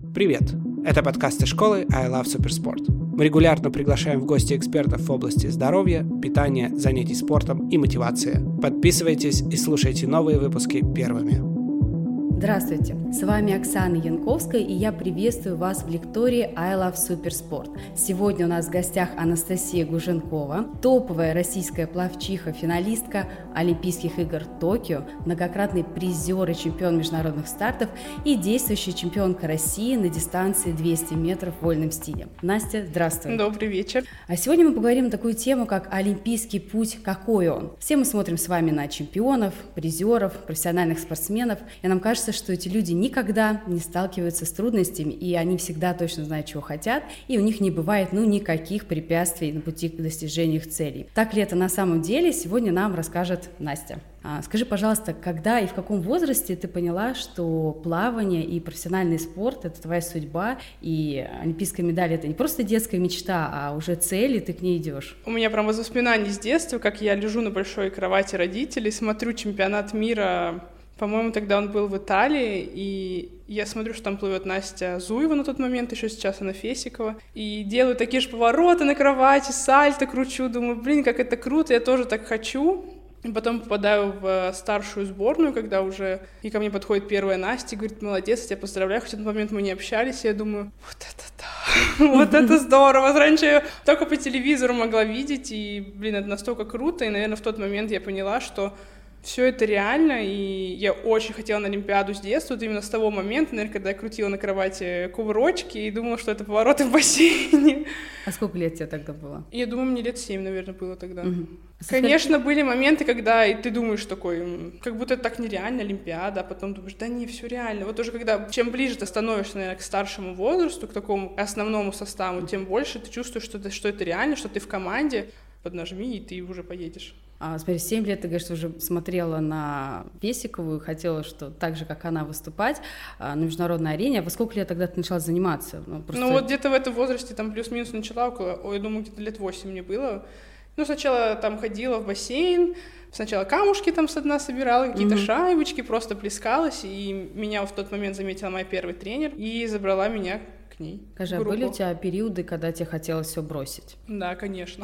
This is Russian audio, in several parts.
Привет! Это подкасты школы I Love Supersport. Мы регулярно приглашаем в гости экспертов в области здоровья, питания, занятий спортом и мотивации. Подписывайтесь и слушайте новые выпуски первыми. Здравствуйте! С вами Оксана Янковская, и я приветствую вас в лектории I Love Supersport. Сегодня у нас в гостях Анастасия Гуженкова, топовая российская пловчиха, финалистка Олимпийских игр Токио, многократный призер и чемпион международных стартов и действующая чемпионка России на дистанции 200 метров в вольном стиле. Настя, здравствуй! Добрый вечер! А сегодня мы поговорим на такую тему, как олимпийский путь, какой он. Все мы смотрим с вами на чемпионов, призеров, профессиональных спортсменов, и нам кажется, что эти люди никогда не сталкиваются с трудностями, и они всегда точно знают, чего хотят, и у них не бывает никаких препятствий на пути к достижению их целей. Так ли это на самом деле, сегодня нам расскажет Настя. Скажи, пожалуйста, когда и в каком возрасте ты поняла, что плавание и профессиональный спорт — это твоя судьба, и олимпийская медаль — это не просто детская мечта, а уже цель, и ты к ней идешь? У меня прям воспоминания с детства, как я лежу на большой кровати родителей, смотрю чемпионат мира. По-моему, тогда он был в Италии, и я смотрю, что там плывет Настя Зуева на тот момент, еще сейчас она Фесикова, и делаю такие же повороты на кровати, сальто кручу, думаю, как это круто, я тоже так хочу. И потом попадаю в старшую сборную, когда уже и ко мне подходит первая Настя и говорит: молодец, я тебя поздравляю, хоть в этот момент мы не общались, и я думаю, вот это да, вот это здорово. Раньше я только по телевизору могла видеть, и, это настолько круто, и, наверное, в тот момент я поняла, что все это реально, и я очень хотела на Олимпиаду с детства, вот именно с того момента, наверное, когда я крутила на кровати кувырочки и думала, что это повороты в бассейне. А сколько лет тебе тогда было? Я думаю, мне лет 7, наверное, было тогда. Конечно, были моменты, когда и ты думаешь такой, как будто это так нереально, Олимпиада, а потом думаешь, да не, все реально. Вот уже когда, чем ближе ты становишься, наверное, к старшему возрасту, к такому основному составу, тем больше ты чувствуешь, что это реально, что ты в команде, поднажми, и ты уже поедешь. Смотри, 7 лет, ты говоришь, что уже смотрела на Фесикову и хотела, что так же, как она, выступать на международной арене. А во сколько лет тогда ты начала заниматься? Вот где-то в этом возрасте, там плюс-минус начала я думаю, где-то лет 8 мне было. Сначала там ходила в бассейн, сначала камушки там со дна собирала, какие-то шайбочки, просто плескалась, и меня в тот момент заметила моя первый тренер и забрала меня к ней. Скажи, а были у тебя периоды, когда тебе хотелось все бросить? Да, конечно.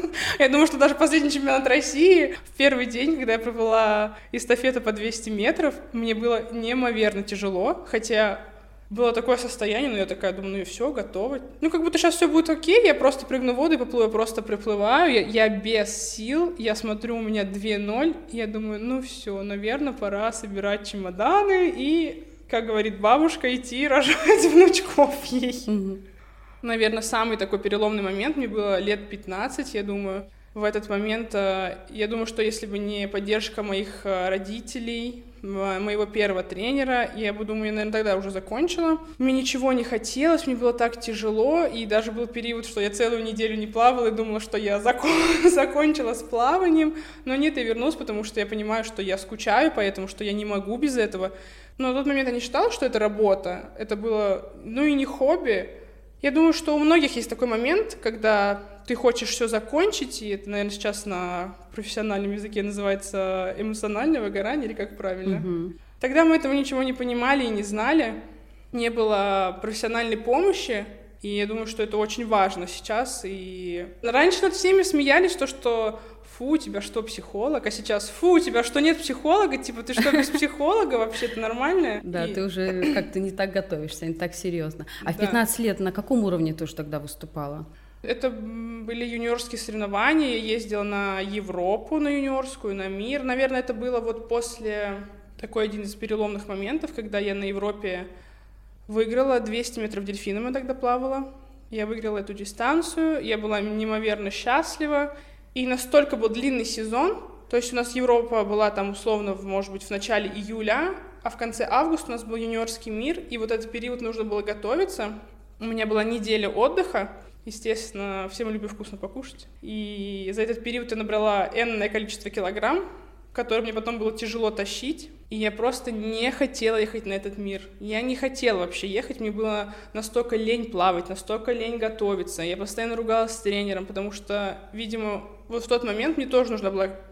Я думаю, что даже последний чемпионат России, в первый день, когда я провела эстафету по 200 метров, мне было неимоверно тяжело, хотя было такое состояние, но я такая думаю, все, готово. Как будто сейчас все будет окей, я просто прыгну в воду и поплыву, я просто приплываю, я без сил, я смотрю, у меня 2:0, я думаю, все, наверное, пора собирать чемоданы и, как говорит бабушка, идти рожать внучков ей. Наверное, самый такой переломный момент, мне было лет 15, я думаю. В этот момент, я думаю, что если бы не поддержка моих родителей, моего первого тренера, я бы, думаю, я, наверное, тогда уже закончила. Мне ничего не хотелось, мне было так тяжело, и даже был период, что я целую неделю не плавала и думала, что я закончила с плаванием. Но нет, я вернулась, потому что я понимаю, что я скучаю, поэтому что я не могу без этого. Но на тот момент я не считала, что это работа, это было, и не хобби. Я думаю, что у многих есть такой момент, когда ты хочешь все закончить, и это, наверное, сейчас на профессиональном языке называется эмоциональное выгорание, или как правильно. Тогда мы этого ничего не понимали и не знали, не было профессиональной помощи, и я думаю, что это очень важно сейчас. И раньше над всеми смеялись, что фу, у тебя что, психолог? А сейчас фу, у тебя что, нет психолога? Типа, ты что, без психолога? Вообще-то нормально? Да, ты уже как-то не так готовишься, не так серьезно. А в 15 лет на каком уровне ты уже тогда выступала? Это были юниорские соревнования, я ездила на Европу, на юниорскую, на мир. Наверное, это было вот после такой один из переломных моментов, когда я на Европе выиграла 200 метров дельфином, я тогда плавала. Я выиграла эту дистанцию, я была неимоверно счастлива. И настолько был длинный сезон, то есть у нас Европа была там условно, может быть, в начале июля, а в конце августа у нас был юниорский мир, и вот этот период нужно было готовиться. У меня была неделя отдыха, естественно, все мы любим вкусно покушать. И за этот период я набрала энное количество килограмм, которые мне потом было тяжело тащить. И я просто не хотела ехать на этот мир. Я не хотела вообще ехать, мне было настолько лень плавать, настолько лень готовиться. Я постоянно ругалась с тренером, потому что, видимо, вот в тот момент мне тоже нужна была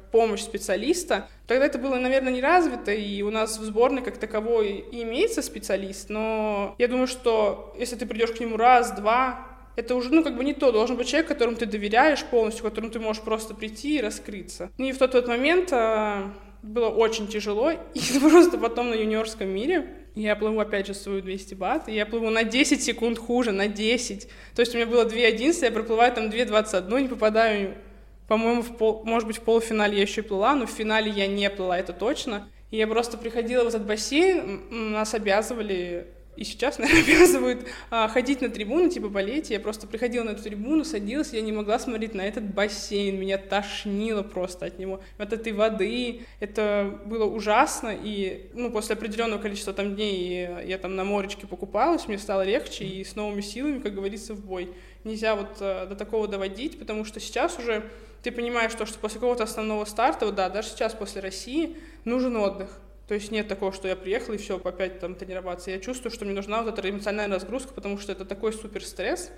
помощь специалиста. Тогда это было, наверное, не развито, и у нас в сборной как таковой и имеется специалист, но я думаю, что если ты придешь к нему раз, два, это уже, не то. Должен быть человек, которому ты доверяешь полностью, которому ты можешь просто прийти и раскрыться. И в тот момент было очень тяжело, и просто потом на юниорском мире я плыву, опять же, свою 200 бат, и я плыву на 10 секунд хуже, на 10. То есть у меня было 2:11, я проплываю там 2:21, не попадаю, по-моему, может быть, в полуфинале я еще и плыла, но в финале я не плыла, это точно. И я просто приходила в этот бассейн, нас обязывали, и сейчас, наверное, обязывают ходить на трибуну, болеть. Я просто приходила на эту трибуну, садилась, я не могла смотреть на этот бассейн, меня тошнило просто от него, от этой воды. Это было ужасно, и, после определенного количества дней я там на моречке покупалась, мне стало легче, и с новыми силами, как говорится, в бой. Нельзя до такого доводить, потому что сейчас уже ты понимаешь, что после какого-то основного старта, даже сейчас после России, нужен отдых. То есть нет такого, что я приехала и все, опять там тренироваться. Я чувствую, что мне нужна эта эмоциональная разгрузка, потому что это такой супер стресс.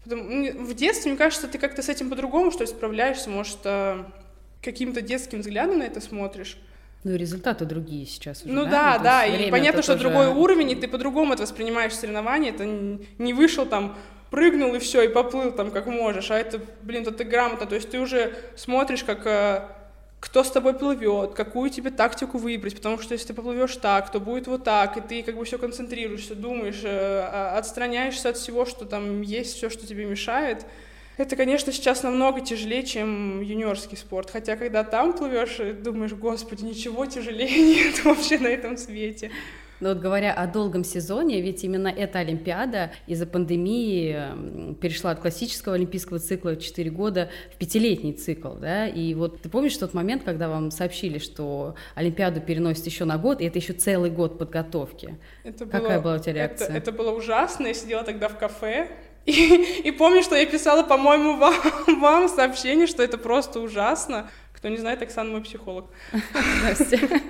В детстве, мне кажется, ты как-то с этим по-другому, что ли, справляешься, может, каким-то детским взглядом на это смотришь. И результаты другие сейчас уже, да, и понятно, что другой уровень, и ты по-другому это воспринимаешь соревнования, это не вышел там, прыгнул и все, и поплыл там как можешь, а это, ты грамотно, то есть ты уже смотришь, как кто с тобой плывет, какую тебе тактику выбрать, потому что если ты поплывешь так, то будет вот так, и ты все концентрируешься, думаешь, отстраняешься от всего, что там есть, все, что тебе мешает. Это, конечно, сейчас намного тяжелее, чем юниорский спорт, хотя когда там плывешь, думаешь, господи, ничего тяжелее нет вообще на этом свете. Но говоря о долгом сезоне, ведь именно эта Олимпиада из-за пандемии перешла от классического олимпийского цикла 4 года в 5-летний цикл, да, и ты помнишь тот момент, когда вам сообщили, что Олимпиаду переносят еще на год, и это еще целый год подготовки? Какая была у тебя реакция? Это было ужасно, я сидела тогда в кафе, и помню, что я писала, по-моему, вам сообщение, что это просто ужасно. Кто не знает, Оксана мой психолог. Здравствуйте.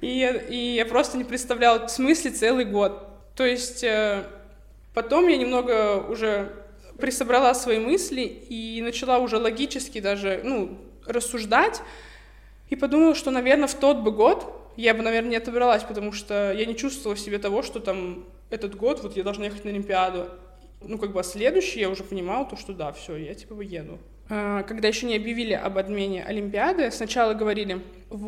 И я просто не представляла в смысле целый год. То есть потом я немного уже присобрала свои мысли и начала уже логически даже рассуждать. И подумала, что, наверное, в тот бы год я бы, наверное, не отобралась, потому что я не чувствовала в себе того, что там этот год я должна ехать на Олимпиаду. А следующий я уже понимала, что да, все, я еду. Когда еще не объявили об отмене Олимпиады, сначала говорили,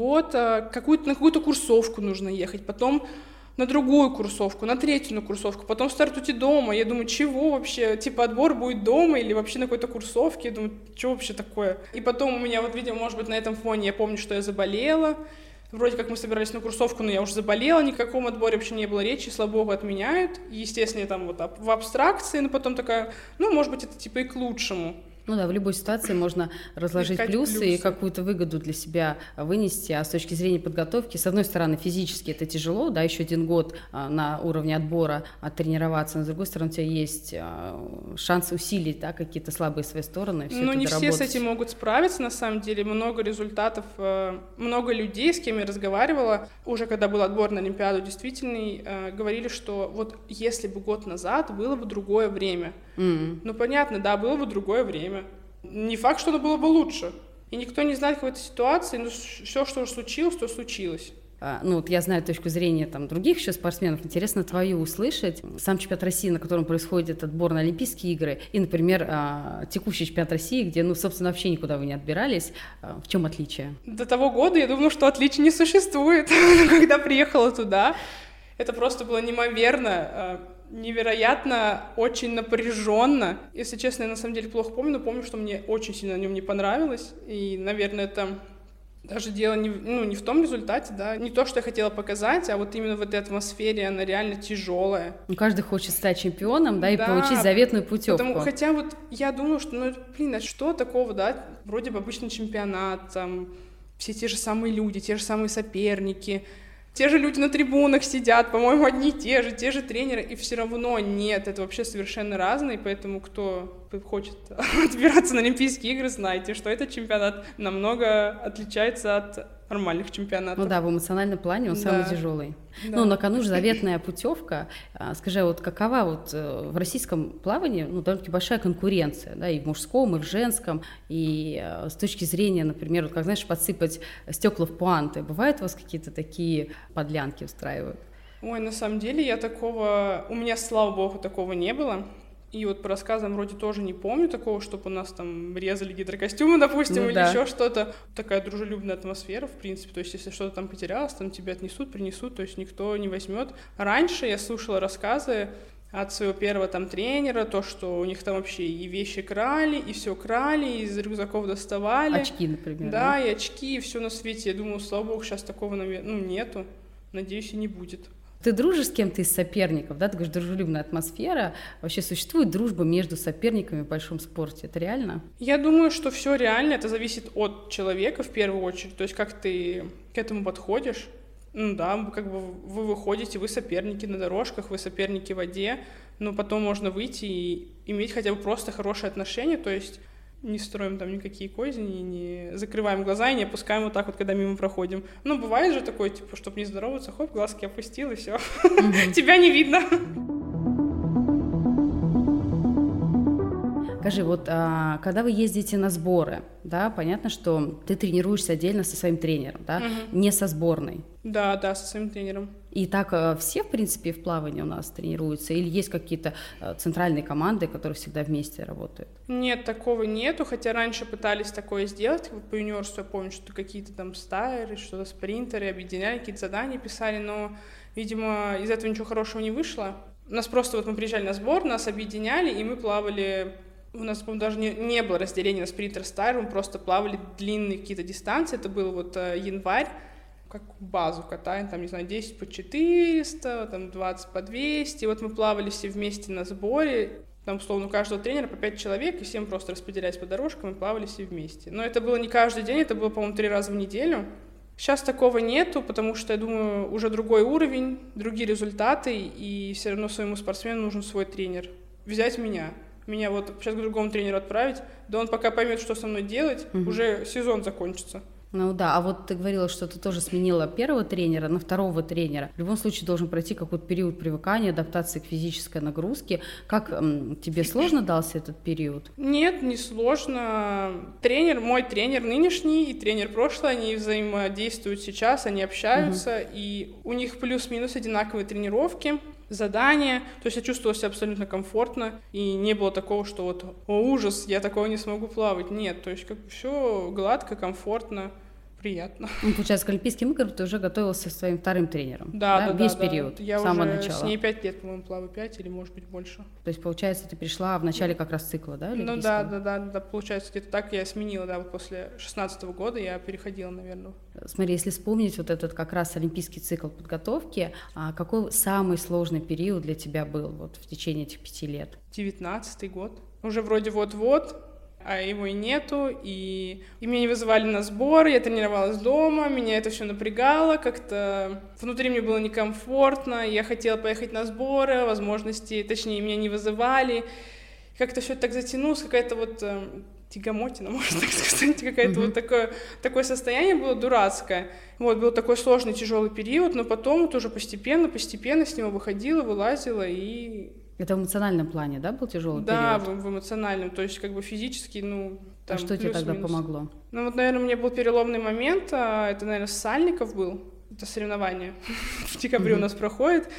на какую-то курсовку нужно ехать, потом на другую курсовку, на третью курсовку, потом стартуйте дома. Я думаю, чего вообще? Отбор будет дома или вообще на какой-то курсовке? Я думаю, что вообще такое? И потом у меня, видимо, может быть, на этом фоне я помню, что я заболела. Вроде как мы собирались на курсовку, но я уже заболела, ни о каком отборе вообще не было речи, слава богу, отменяют. Естественно, я там в абстракции, но потом такая, может быть, это и к лучшему. В любой ситуации можно разложить плюсы и какую-то выгоду для себя вынести, а с точки зрения подготовки, с одной стороны, физически это тяжело, еще 1 год на уровне отбора тренироваться, но с другой стороны, у тебя есть шанс усилить, какие-то слабые свои стороны. Не все с этим могут справиться, на самом деле, много результатов, много людей, с кем я разговаривала, уже когда был отбор на Олимпиаду действительный, говорили, что если бы год назад было бы другое время. Понятно, да, было бы другое время. Не факт, что оно было бы лучше. И никто не знает какой-то ситуации, но все, что случилось, то случилось. Я знаю точку зрения других еще спортсменов. Интересно твою услышать. Сам чемпионат России, на котором происходит отбор на Олимпийские игры, и, например, текущий чемпионат России, где, собственно, вообще никуда вы не отбирались. В чем отличие? До того года я думала, что отличий не существует. Когда приехала туда, это просто было невероятно, очень напряженно. Если честно, я на самом деле плохо помню, но помню, что мне очень сильно на нем не понравилось. И, наверное, это даже дело не в том результате, не то, что я хотела показать, а именно в этой атмосфере она реально тяжелая. Каждый хочет стать чемпионом, и получить заветную путевку. Хотя я думаю, что, что такого, вроде бы обычный чемпионат, все те же самые люди, те же самые соперники, те же люди на трибунах сидят, по-моему, одни и те же тренеры, и все равно нет, это вообще совершенно разные, поэтому кто хочет отбираться на Олимпийские игры, знайте, что этот чемпионат намного отличается от нормальных чемпионатов. Ну да, в эмоциональном плане он самый тяжелый. Да. Ну, на кону же заветная путевка. Скажи, вот какова вот в российском плавании, ну, довольно-таки большая конкуренция, да, и в мужском, и в женском, и с точки зрения, например, вот как, знаешь, подсыпать стекла в пуанты. Бывают у вас какие-то такие подлянки устраивают? Ой, на самом деле у меня, слава богу, такого не было. И вот по рассказам вроде тоже не помню такого, чтобы у нас там резали гидрокостюмы, допустим, или еще что-то. Такая дружелюбная атмосфера, в принципе. То есть, если что-то там потерялось, там тебя отнесут, принесут, то есть никто не возьмет. Раньше я слушала рассказы от своего первого там тренера, то, что у них там вообще и вещи крали, и все крали, и из рюкзаков доставали. Очки, например. Да, и очки, и все на свете. Я думаю, слава богу, сейчас такого, нету. Надеюсь, и не будет. Ты дружишь с кем-то из соперников, да? Ты говоришь, дружелюбная атмосфера. Вообще существует дружба между соперниками в большом спорте? Это реально? Я думаю, что все реально. Это зависит от человека в первую очередь. То есть как ты к этому подходишь. Ну да, как бы вы выходите, вы соперники на дорожках, вы соперники в воде. Но потом можно выйти и иметь хотя бы просто хорошие отношения. То есть не строим там никакие козни, не закрываем глаза и не опускаем вот так вот, когда мимо проходим. Ну, бывает же такое, типа, чтобы не здороваться, хоп, глазки опустил, и все. Тебя не видно. Скажи, вот когда вы ездите на сборы, да, понятно, что ты тренируешься отдельно со своим тренером, да, не со сборной. Да, со своим тренером. И так все, в принципе, в плавании у нас тренируются? Или есть какие-то центральные команды, которые всегда вместе работают? Нет, такого нету, хотя раньше пытались такое сделать. Вот по юниорству я помню, что какие-то там стайеры, что-то спринтеры объединяли, какие-то задания писали, но, видимо, из этого ничего хорошего не вышло. Нас просто, вот мы приезжали на сбор, нас объединяли, и мы плавали. У нас, по-моему, даже не было разделения на спринтер-стайер, мы просто плавали длинные какие-то дистанции. Это был вот январь, как базу катаем, там, не знаю, 10 по 400, там 20 по 200. И вот мы плавали все вместе на сборе, там, условно, у каждого тренера по 5 человек, и всем просто распределялись по дорожкам и плавали все вместе. Но это было не каждый день, это было, по-моему, 3 раза в неделю. Сейчас такого нету, потому что, я думаю, уже другой уровень, другие результаты, и все равно своему спортсмену нужен свой тренер. Взять меня вот сейчас к другому тренеру отправить, да он пока поймет, что со мной делать, уже сезон закончится. Ну да, а вот ты говорила, что ты тоже сменила первого тренера на второго тренера. В любом случае должен пройти какой-то период привыкания, адаптации к физической нагрузке. Как тебе сложно дался этот период? Нет, не сложно. Мой тренер нынешний и тренер прошлый, они взаимодействуют сейчас, они общаются, и у них плюс-минус одинаковые тренировки, задания, то есть я чувствовала себя абсолютно комфортно, и не было такого, что вот, о, ужас, я такого не смогу плавать. Нет, то есть как бы все гладко, комфортно, приятно. Ну, получается, к Олимпийским играм ты уже готовился со своим вторым тренером, да? Весь период, я с самого уже начала. С ней 5 лет, по-моему, плаваю, 5 или, может быть, больше. То есть, получается, ты пришла в начале как раз цикла, да, олимпийского? Ну да, получается, где-то так я сменила, да, вот после 16-го года я переходила, наверное. Смотри, если вспомнить вот этот как раз олимпийский цикл подготовки, какой самый сложный период для тебя был вот в течение этих 5 лет? 19-й год. Уже вроде вот-вот, а его и нету, и меня не вызывали на сборы, я тренировалась дома, меня это все напрягало, как-то внутри мне было некомфортно, я хотела поехать на сборы, точнее, меня не вызывали, как-то все так затянулось, какая-то вот тягомотина, можно так сказать, какое-то вот такое состояние было дурацкое. Вот, был такой сложный, тяжелый период, но потом вот уже постепенно с него выходила, вылазила и... Это в эмоциональном плане, да, был тяжелый период? Да, в эмоциональном, то есть как бы физически, там, а что тебе тогда помогло? Ну вот, наверное, у меня был переломный момент, это, наверное, Сальников был, это соревнование в декабре у нас проходит,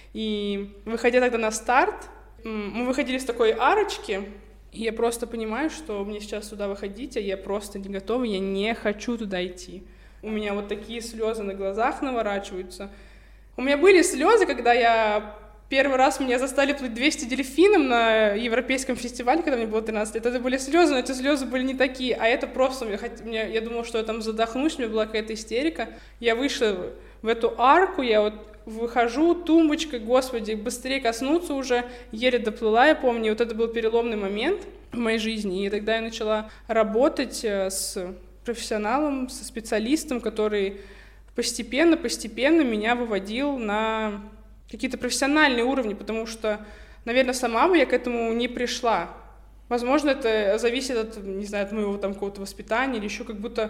и выходя тогда на старт, мы выходили с такой арочки, и я просто понимаю, что мне сейчас туда выходить, а я просто не готова, я не хочу туда идти. У меня вот такие слезы на глазах наворачиваются. У меня были слезы, когда первый раз меня заставили плыть 200 дельфином на европейском фестивале, когда мне было 13 лет. Это были слезы, но эти слезы были не такие, а это просто я думала, что я там задохнусь, у меня была какая-то истерика. Я вышла в эту арку, я вот выхожу, тумбочкой, господи, быстрее коснуться уже, еле доплыла, я помню, и вот это был переломный момент в моей жизни, и тогда я начала работать с профессионалом, со специалистом, который постепенно меня выводил на какие-то профессиональные уровни, потому что, наверное, сама бы я к этому не пришла. Возможно, это зависит от, не знаю, от моего там какого-то воспитания или еще как будто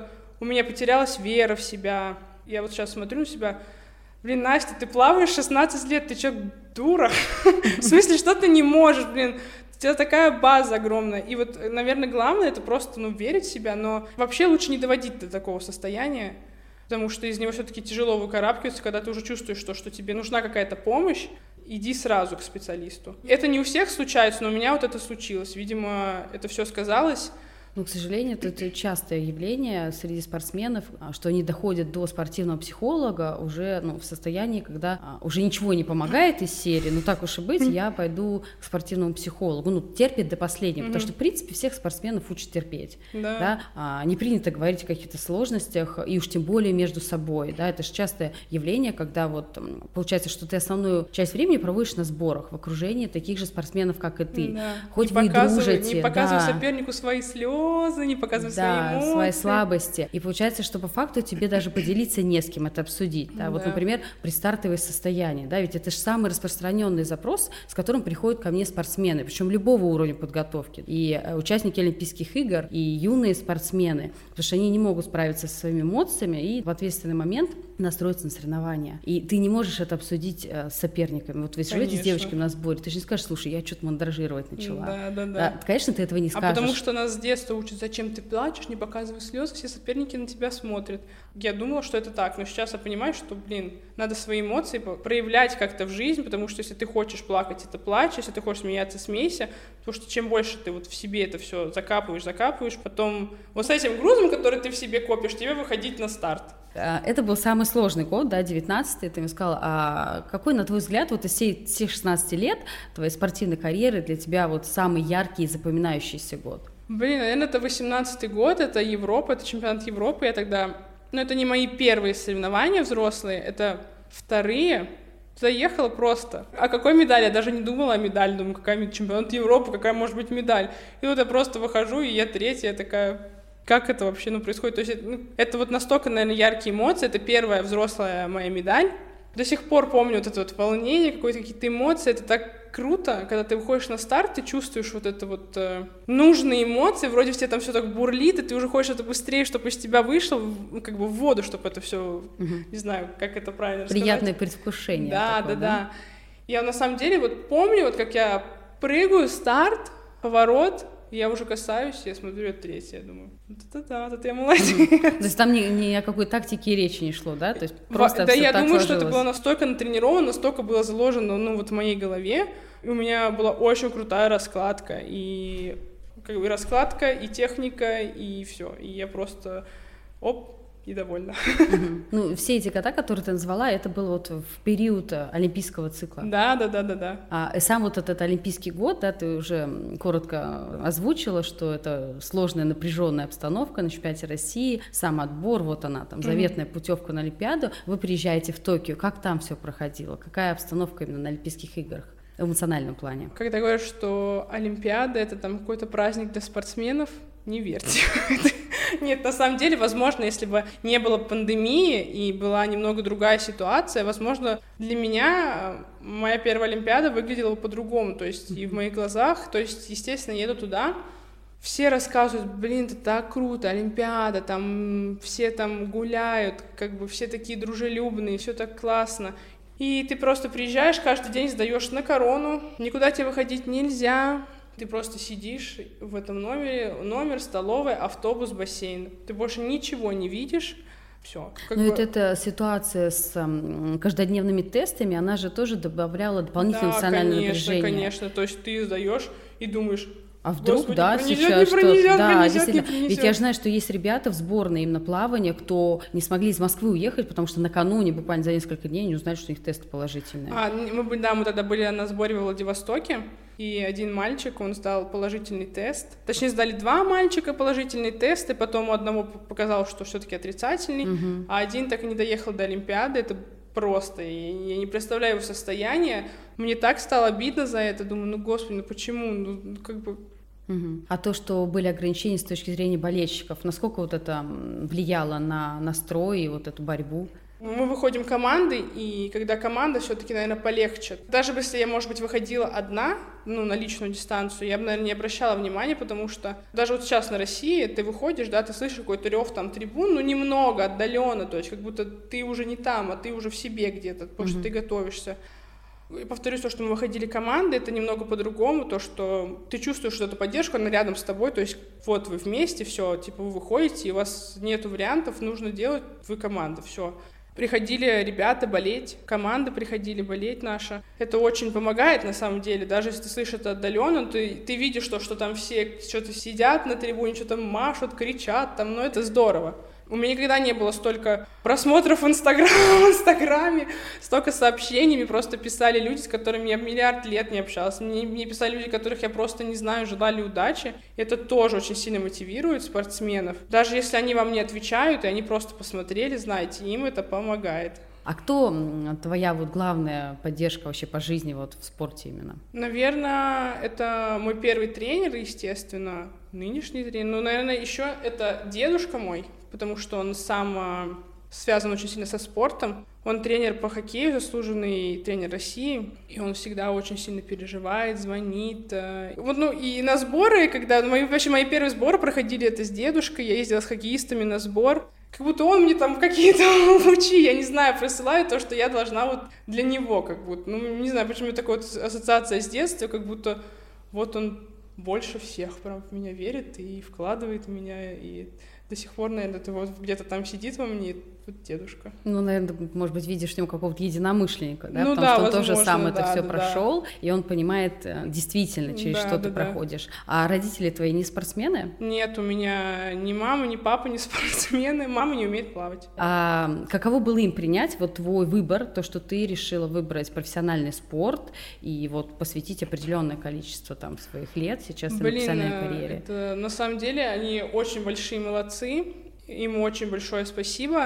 у меня потерялась вера в себя. Я вот сейчас смотрю на себя, блин, Настя, ты плаваешь 16 лет, ты чё, дура? В смысле, что ты не можешь, блин? У тебя такая база огромная. И вот, наверное, главное — это просто, верить в себя, но вообще лучше не доводить до такого состояния, потому что из него все-таки тяжело выкарабкиваться, когда ты уже чувствуешь, что тебе нужна какая-то помощь, иди сразу к специалисту. Это не у всех случается, но у меня вот это случилось. Видимо, это все сказалось. Ну, к сожалению, это частое явление среди спортсменов, что они доходят до спортивного психолога уже в состоянии, когда уже ничего не помогает из серии, так уж и быть, я пойду к спортивному психологу. Терпит до последнего, потому что, в принципе, всех спортсменов учат терпеть. Да. Не принято говорить о каких-то сложностях, и уж тем более между собой. Да? Это же частое явление, когда получается, что ты основную часть времени проводишь на сборах, в окружении таких же спортсменов, как и ты. Да. Хоть вы и дружите. Не показывай сопернику свои слезы, не показывай свои эмоции. Свои слабости. И получается, что по факту тебе даже поделиться не с кем, это обсудить. Да? Вот, например, предстартовое состояние. Да? Ведь это же самый распространенный запрос, с которым приходят ко мне спортсмены, причем любого уровня подготовки. И участники Олимпийских игр, и юные спортсмены, потому что они не могут справиться со своими эмоциями и в ответственный момент настроиться на соревнования. И ты не можешь это обсудить с соперниками. Вот вы живете с девочками на сборе, ты же не скажешь, слушай, я что-то мандражировать начала. Да. Конечно, ты этого не скажешь. Потому что нас с детства учат, зачем ты плачешь, не показывай слезы, все соперники на тебя смотрят. Я думала, что это так, но сейчас я понимаю, что, надо свои эмоции проявлять как-то в жизнь, потому что если ты хочешь плакать, это плачь, если ты хочешь смеяться, смейся, потому что чем больше ты в себе это все закапываешь, потом с этим грузом, который ты в себе копишь, тебе выходить на старт. Это был самый сложный год, да, 19-й, ты мне сказала, а какой, на твой взгляд, из всех 16 лет твоей спортивной карьеры для тебя самый яркий и запоминающийся год? Наверное, это 18-й год, это Европа, это чемпионат Европы, я тогда... это не мои первые соревнования взрослые, это вторые. Заехала просто. О какой медали? Я даже не думала о медали, думаю, какая чемпионат Европы, какая может быть медаль. И я просто выхожу, и я третья, я такая... Как это вообще происходит? То есть это настолько, наверное, яркие эмоции, это первая взрослая моя медаль. До сих пор помню это волнение, какие-то эмоции, это так круто, когда ты выходишь на старт, ты чувствуешь нужные эмоции, вроде в тебе там все так бурлит, и ты уже хочешь это быстрее, чтобы из тебя вышло, в воду, чтобы это все, не знаю, как это правильно сказать. Приятное предвкушение. Да. Я на самом деле помню, как я прыгаю, старт, поворот, я уже касаюсь, я смотрю, это третья, я думаю, это я молодец. То есть там ни о какой тактике и речи не шло, да? То есть просто да, я думаю, сложилось. что это было настолько натренировано, настолько было заложено, в моей голове, и у меня была очень крутая раскладка, и раскладка, и техника, и все, и я просто и довольна. Все эти года, которые ты назвала, это было в период олимпийского цикла. Да. Сам этот олимпийский год, да, ты уже коротко озвучила, что это сложная напряженная обстановка на чемпионате России, сам отбор, она там, заветная путевка на Олимпиаду. Вы приезжаете в Токио, как там все проходило? Какая обстановка именно на Олимпийских играх? В эмоциональном плане. Когда говорят, что Олимпиада — это там какой-то праздник для спортсменов, не верьте. Нет, на самом деле, возможно, если бы не было пандемии и была немного другая ситуация, возможно, для меня моя первая Олимпиада выглядела бы по-другому, то есть и в моих глазах, то есть, естественно, еду туда, все рассказывают, это так круто, Олимпиада, там все там гуляют, все такие дружелюбные, все так классно. И ты просто приезжаешь, каждый день сдаешь на корону, никуда тебе выходить нельзя, ты просто сидишь в этом номер, столовая, автобус, бассейн. Ты больше ничего не видишь, все. Эта ситуация с каждодневными тестами, она же тоже добавляла дополнительное эмоциональное напряжение. Конечно, то есть ты сдаешь и думаешь... А вдруг, Господи, сейчас что-то... Да, действительно. Ведь я же знаю, что есть ребята в сборной именно плавания, кто не смогли из Москвы уехать, потому что накануне, буквально за несколько дней, не узнали, что у них тесты положительные. Мы тогда были на сборе во Владивостоке, и один мальчик, он сдал положительный тест. Точнее, сдали 2 мальчика положительный тест, и потом у одного показалось, что все-таки отрицательный, а один так и не доехал до Олимпиады. Это просто, я не представляю его состояние. Мне так стало обидно за это, думаю, господи, почему, А то, что были ограничения с точки зрения болельщиков, насколько это влияло на настрой и эту борьбу? Мы выходим командой, и когда команда, все-таки, наверное, полегче. Даже если я, может быть, выходила одна, на личную дистанцию, я бы, наверное, не обращала внимания, потому что даже вот сейчас на России ты выходишь, да, ты слышишь какой-то рев там трибун, немного, отдаленно, то есть как будто ты уже не там, а ты уже в себе где-то, потому что ты готовишься. И повторюсь, то, что мы выходили командой, это немного по-другому, то, что ты чувствуешь эту поддержку, она рядом с тобой, то есть вот вы вместе, все, типа вы выходите, и у вас нету вариантов, нужно делать, вы команда, все. Приходили ребята болеть, команда приходили болеть наша. Это очень помогает на самом деле, даже если ты слышишь это отдаленно, ты видишь то, что там все что-то сидят на трибуне, что-то машут, кричат, там, это здорово. У меня никогда не было столько просмотров в Инстаграме, столько сообщений, мне просто писали люди, с которыми я миллиард лет не общалась, мне писали люди, которых я просто не знаю, желали удачи. Это тоже очень сильно мотивирует спортсменов. Даже если они вам не отвечают, и они просто посмотрели, знаете, им это помогает. А кто твоя главная поддержка вообще по жизни в спорте именно? Наверное, это мой первый тренер, естественно, нынешний тренер. Наверное, еще это дедушка мой, потому что он сам связан очень сильно со спортом. Он тренер по хоккею, заслуженный тренер России, и он всегда очень сильно переживает, звонит. И на сборы, когда мои первые сборы проходили это с дедушкой, я ездила с хоккеистами на сбор. Как будто он мне там какие-то лучи, я не знаю, присылает то, что я должна для него, как будто. Не знаю, почему такая ассоциация с детства, как будто он больше всех прям в меня верит и вкладывает в меня, и до сих пор, наверное, это где-то там сидит во мне, дедушка. Наверное, может быть, видишь в нем какого-то единомышленника, да? Потому да, что он возможно, тоже сам это все да. прошел, и он понимает действительно, через что ты проходишь. А родители твои не спортсмены? Нет, у меня ни мама, ни папа не спортсмены, мама не умеет плавать. А каково было им принять твой выбор, то, что ты решила выбрать профессиональный спорт и посвятить определенное количество своих лет сейчас на профессиональной карьере? Это, на самом деле, они очень большие молодцы. Им очень большое спасибо.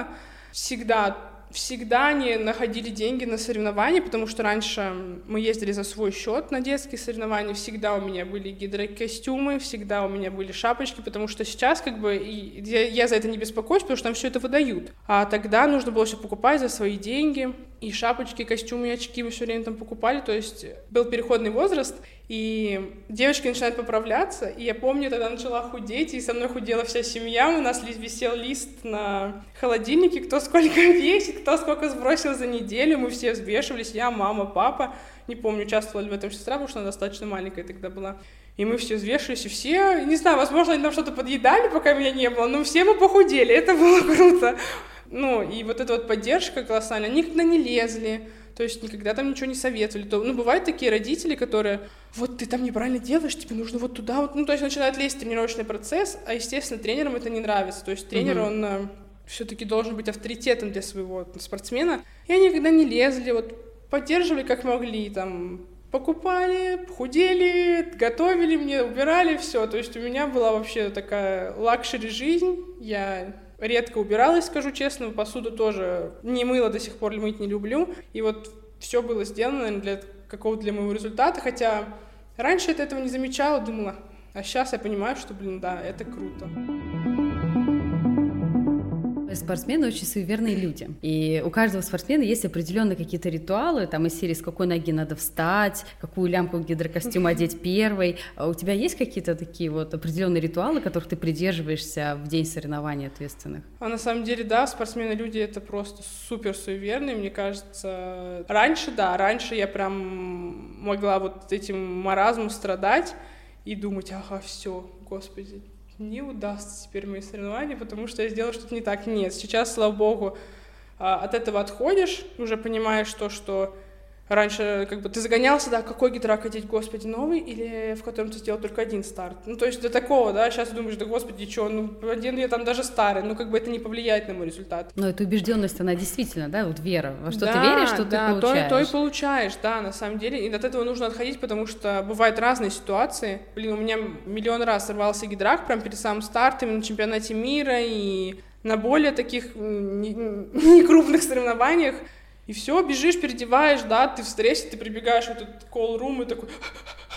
Всегда они находили деньги на соревнования, потому что раньше мы ездили за свой счет на детские соревнования, всегда у меня были гидрокостюмы, всегда у меня были шапочки, потому что сейчас я за это не беспокоюсь, потому что там все это выдают. А тогда нужно было все покупать за свои деньги, и шапочки, и костюмы, и очки мы все время там покупали, то есть был переходный возраст, и девочки начинают поправляться, и я помню, тогда начала худеть, и со мной худела вся семья, у нас висел лист на холодильнике, кто сколько весит, кто сколько сбросил за неделю, мы все взвешивались, я, мама, папа, не помню, участвовала ли в этом сестра, потому что она достаточно маленькая тогда была, и мы все взвешивались, и все, не знаю, возможно, они там что-то подъедали, пока меня не было, но все мы похудели, это было круто. И эта поддержка колоссальная, они никогда не лезли, то есть никогда там ничего не советовали. Бывают такие родители, которые, ты там неправильно делаешь, тебе нужно туда, то есть начинают лезть в тренировочный процесс, а, естественно, тренерам это не нравится, то есть тренер, он все-таки должен быть авторитетом для своего спортсмена, и они никогда не лезли, поддерживали как могли, покупали, худели, готовили мне, убирали, все, то есть у меня была вообще такая лакшери жизнь, я редко убиралась, скажу честно, посуду тоже не мыла, до сих пор мыть не люблю. И все было сделано, наверное, для какого-то для моего результата, хотя раньше я этого не замечала, думала, а сейчас я понимаю, что, да, это круто. Спортсмены очень суеверные люди, и у каждого спортсмена есть определенные какие-то ритуалы, из серии, с какой ноги надо встать, какую лямку гидрокостюма одеть первой. А у тебя есть какие-то такие определенные ритуалы, которых ты придерживаешься в день соревнований ответственных? А на самом деле, да, спортсмены-люди — это просто супер суеверные, мне кажется. Раньше я прям могла этим маразмом страдать и думать, все, господи, не удастся теперь мои соревнования, потому что я сделала что-то не так. Нет, сейчас, слава богу, от этого отходишь, уже понимаешь что раньше ты загонялся, какой гидрак одеть, господи, новый или в котором ты сделал только один старт. То есть до такого, да, сейчас думаешь, господи, один я там даже старый, это не повлияет на мой результат. Но эта убежденность, она действительно, да, вера, во что ты веришь, что ты получаешь. То и получаешь, да, на самом деле, и от этого нужно отходить, потому что бывают разные ситуации. У меня миллион раз сорвался гидрак прямо перед самым стартом на чемпионате мира и на более таких некрупных соревнованиях. И все, бежишь, переодеваешь, да, ты в стрессе, ты прибегаешь в этот колл-рум и такой,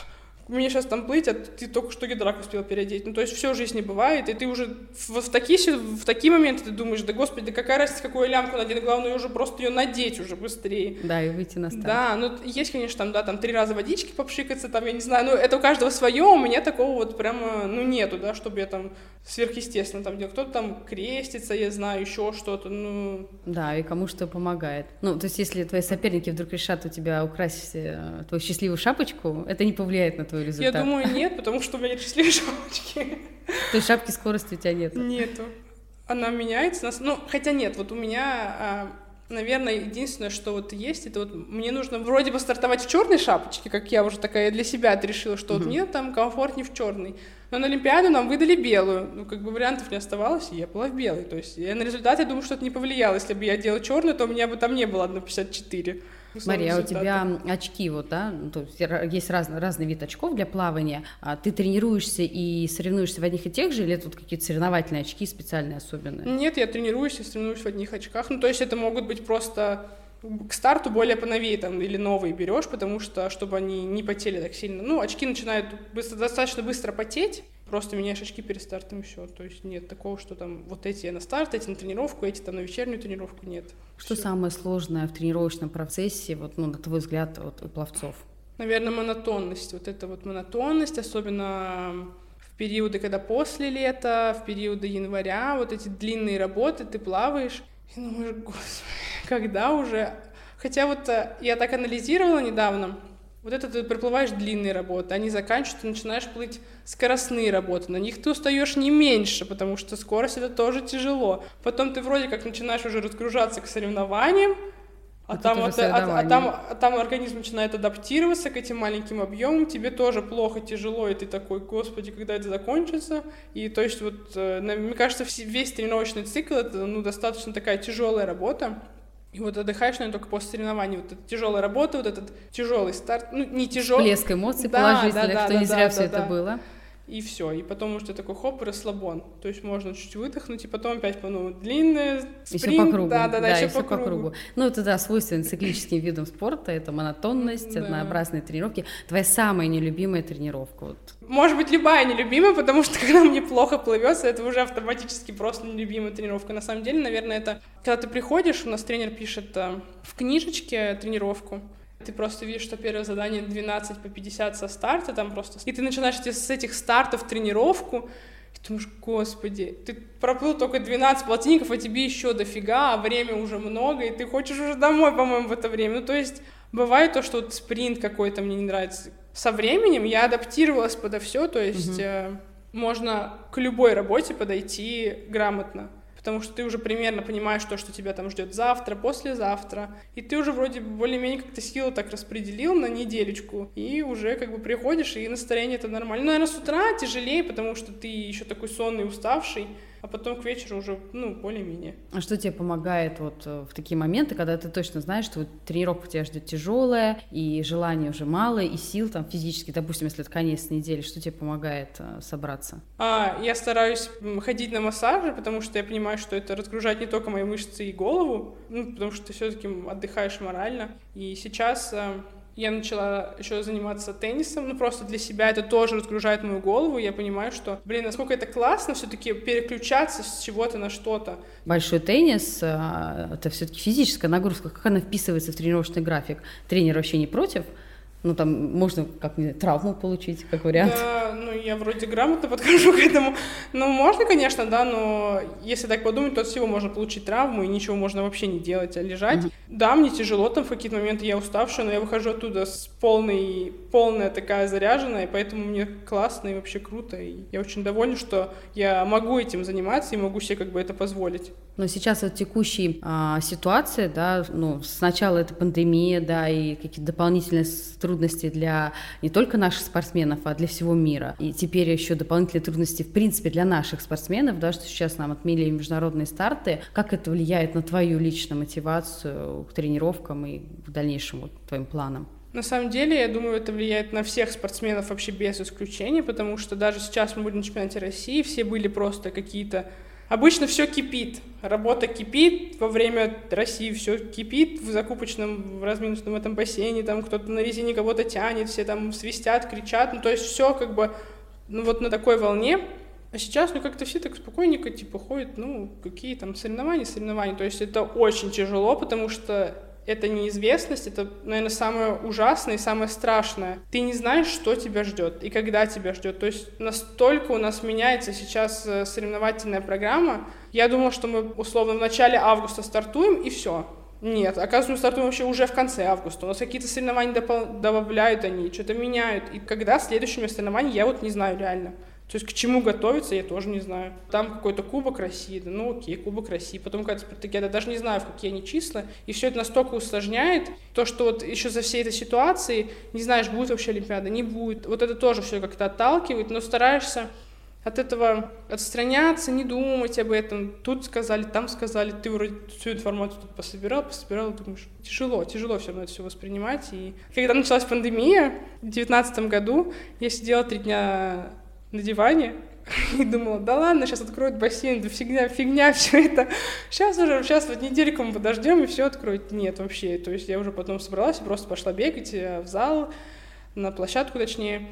мне сейчас там плыть, а ты только что гидрак успел переодеть. Ну, то есть все в жизни бывает, и ты уже вот в такие моменты ты думаешь, да господи, да какая разница, какую лямку надеть, главное уже просто ее надеть уже быстрее. Да, и выйти на старт. Да, ну есть, конечно, там 3 раза водички попшикаться, там, я не знаю, ну это у каждого свое, у меня такого вот прямо, ну нету, да, чтобы я там сверхъестественно там делал. Кто-то там крестится, я знаю, еще что-то, ну... Да, и кому что помогает. Ну, то есть если твои соперники вдруг решат у тебя украсть твою счастливую шапочку, это не повлияет на твой результат? Я думаю, нет, потому что у меня нет счастливой шапочки. То есть шапки скорости у тебя нету? Нету. Она меняется. Ну, хотя нет, вот у меня... Наверное, единственное, что вот есть, это вот мне нужно вроде бы стартовать в черной шапочке, как я уже такая для себя решила, что вот мне там комфортнее в черной. Но на Олимпиаду нам выдали белую. Ну, как бы вариантов не оставалось, и я была в белой. То есть на результат, я думаю, что это не повлияло. Если бы я делала черную, то у меня бы там не было 1,54. Мария, а у тебя очки, вот, да, то есть разный вид очков для плавания. А ты тренируешься и соревнуешься в одних и тех же, или тут какие-то соревновательные очки специальные, особенные? Нет, я тренируюсь и соревнуюсь в одних очках. Ну, то есть это могут быть просто к старту более поновее там, или новые берешь, потому что, чтобы они не потели так сильно. Ну, очки начинают достаточно быстро потеть, просто меняешь очки перед стартом и все. То есть нет такого, что там вот эти на старт, эти на тренировку, эти там на вечернюю тренировку, нет. Что Всё. самое сложное в тренировочном процессе, вот, ну, на твой взгляд, вот, у пловцов? Наверное, монотонность. Вот эта вот монотонность, особенно в периоды, когда после лета, в периоды января, вот эти длинные работы, ты плаваешь, и думаешь, господи, когда уже? Хотя вот я так анализировала недавно, вот это ты проплываешь длинные работы, они заканчиваются, ты начинаешь плыть скоростные работы, на них ты устаешь не меньше, потому что скорость — это тоже тяжело. Потом ты вроде как начинаешь уже разгружаться к соревнованиям, а там организм начинает адаптироваться к этим маленьким объемам, тебе тоже плохо, тяжело, и ты такой, господи, когда это закончится? И то есть вот, мне кажется, весь тренировочный цикл — это достаточно такая тяжелая работа. И вот отдыхаешь, наверное, только после соревнований. Вот эта тяжелая работа, вот этот тяжелый старт, ну, не тяжелый. Всплеск эмоций положительных, что не зря все это было. И все, и потом уже ты такой хоп, расслабон. То есть можно чуть-чуть выдохнуть, и потом опять длинная спринт. Еще по кругу. Да, еще по кругу. Ну, это, да, свойственно циклическим видам спорта, это монотонность, однообразные тренировки. Твоя самая нелюбимая тренировка? Вот. Может быть, любая нелюбимая, потому что когда мне плохо плывется, это уже автоматически просто нелюбимая тренировка. На самом деле, наверное, это когда ты приходишь, у нас тренер пишет в книжечке тренировку, ты просто видишь, что первое задание 12 по 50 со старта, там просто... И ты начинаешь с этих стартов тренировку, и думаешь, господи, ты проплыл только 12 полтинников, а тебе еще дофига, а время уже много, и ты хочешь уже домой, по-моему, в это время. Ну, то есть, бывает то, что вот спринт какой-то мне не нравится. Со временем я адаптировалась подо все, то есть можно к любой работе подойти грамотно. Потому что ты уже примерно понимаешь то, что тебя там ждет завтра, послезавтра, и ты уже вроде более-менее как-то силы так распределил на неделечку, и уже как бы приходишь, и настроение это нормально. Ну, наверное, с утра тяжелее, потому что ты еще такой сонный, уставший, а потом к вечеру уже, более-менее. А что тебе помогает вот в такие моменты, когда ты точно знаешь, что вот тренировка тебя ждет тяжелая, и желания уже мало, и сил там физически, допустим, если это конец недели, что тебе помогает собраться? Я стараюсь ходить на массажи, потому что я понимаю, что это разгружает не только мои мышцы и голову, потому что ты все-таки отдыхаешь морально. И сейчас я начала еще заниматься теннисом, просто для себя это тоже разгружает мою голову, я понимаю, что, насколько это классно все-таки переключаться с чего-то на что-то. Большой теннис — это все-таки физическая нагрузка, как она вписывается в тренировочный график? Тренер вообще не против? Там можно, травму получить, как вариант. Да, я вроде грамотно подхожу к этому. Можно, конечно, да, но если так подумать, то от всего можно получить травму, и ничего можно вообще не делать, а лежать. Да, мне тяжело там в какие-то моменты, я уставшая, но я выхожу оттуда с полная такая заряженная, и поэтому мне классно и вообще круто, и я очень довольна, что я могу этим заниматься и могу себе это позволить. Но сейчас вот текущая ситуация, да, сначала это пандемия, да, и какие-то дополнительные трудности для не только наших спортсменов, а для всего мира. И теперь еще дополнительные трудности, в принципе, для наших спортсменов, да, что сейчас нам отменили международные старты. Как это влияет на твою личную мотивацию к тренировкам и в дальнейшем твоим планам? На самом деле, я думаю, это влияет на всех спортсменов вообще без исключения, потому что даже сейчас мы были на чемпионате России, все были просто какие-то обычно все кипит. Работа кипит, во время России все кипит, в закупочном, в разминочном этом бассейне, там кто-то на резине кого-то тянет, все там свистят, кричат, ну, то есть все как бы, ну, вот на такой волне. А сейчас, ну, как-то все так спокойненько, типа, ходят, ну, какие там соревнования, то есть это очень тяжело, потому что это неизвестность, это, наверное, самое ужасное и самое страшное. Ты не знаешь, что тебя ждет и когда тебя ждет. То есть настолько у нас меняется сейчас соревновательная программа. Я думала, что мы, условно, в начале августа стартуем, и все. Нет, оказывается, мы стартуем вообще уже в конце августа. У нас какие-то соревнования добавляют они, что-то меняют. И когда следующими соревнованиями, я вот не знаю реально. То есть к чему готовиться, я тоже не знаю. Там какой-то Кубок России, да ну окей, Кубок России. Потом какая-то спартакиада, даже не знаю, в какие они числа. И все это настолько усложняет. То, что вот еще за всей этой ситуацией не знаешь, будет вообще Олимпиада, не будет. Вот это тоже все как-то отталкивает, но стараешься от этого отстраняться, не думать об этом. Тут сказали, там сказали. Ты вроде всю информацию тут пособирал, и думаешь, тяжело все равно это все воспринимать. И когда началась пандемия в 2019 году, я сидела 3 дня на диване и думала, да ладно, сейчас откроют бассейн, да фигня все это. Сейчас вот недельку мы подождем и все откроют. Нет, вообще. То есть я уже потом собралась и просто пошла бегать в зал, на площадку точнее.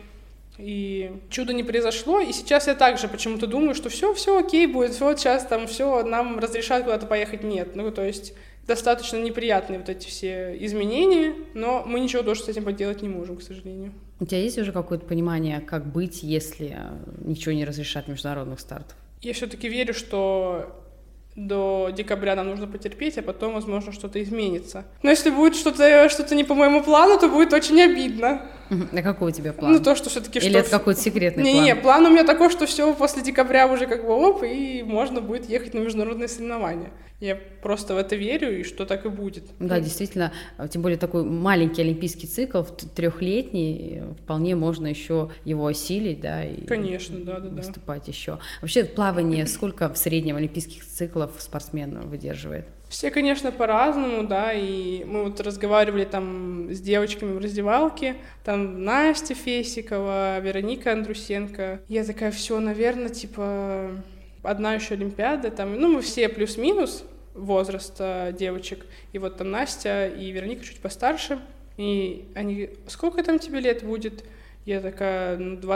И чудо не произошло. И сейчас я также почему-то думаю, что все окей будет, вот сейчас там все нам разрешат куда-то поехать. Нет. Ну, то есть достаточно неприятные вот эти все изменения, но мы ничего тоже с этим поделать не можем, к сожалению. У тебя есть уже какое-то понимание, как быть, если ничего не разрешат международных стартов? Я все-таки верю, что до декабря нам нужно потерпеть, а потом, возможно, что-то изменится. Но если будет что-то не по моему плану, то будет очень обидно. А какой у тебя план? Ну, то, что все-таки... Или это какой-то секретный план? Не, план у меня такой, что все после декабря уже как бы оп, и можно будет ехать на международные соревнования. Я просто в это верю, и что так и будет. Да, действительно, тем более такой маленький олимпийский цикл, 3-летний, вполне можно еще его осилить, да, и конечно, да. выступать еще. Вообще плавание сколько в среднем олимпийских циклов спортсмен выдерживает? Все, конечно, по-разному, да, и мы вот разговаривали там с девочками в раздевалке, там Настя Фесикова, Вероника Андрусенко. Я такая, все, наверное, типа, одна еще Олимпиада, там, ну, мы все плюс-минус возраста девочек, и вот там Настя и Вероника чуть постарше, и они, сколько там тебе лет будет? Я такая,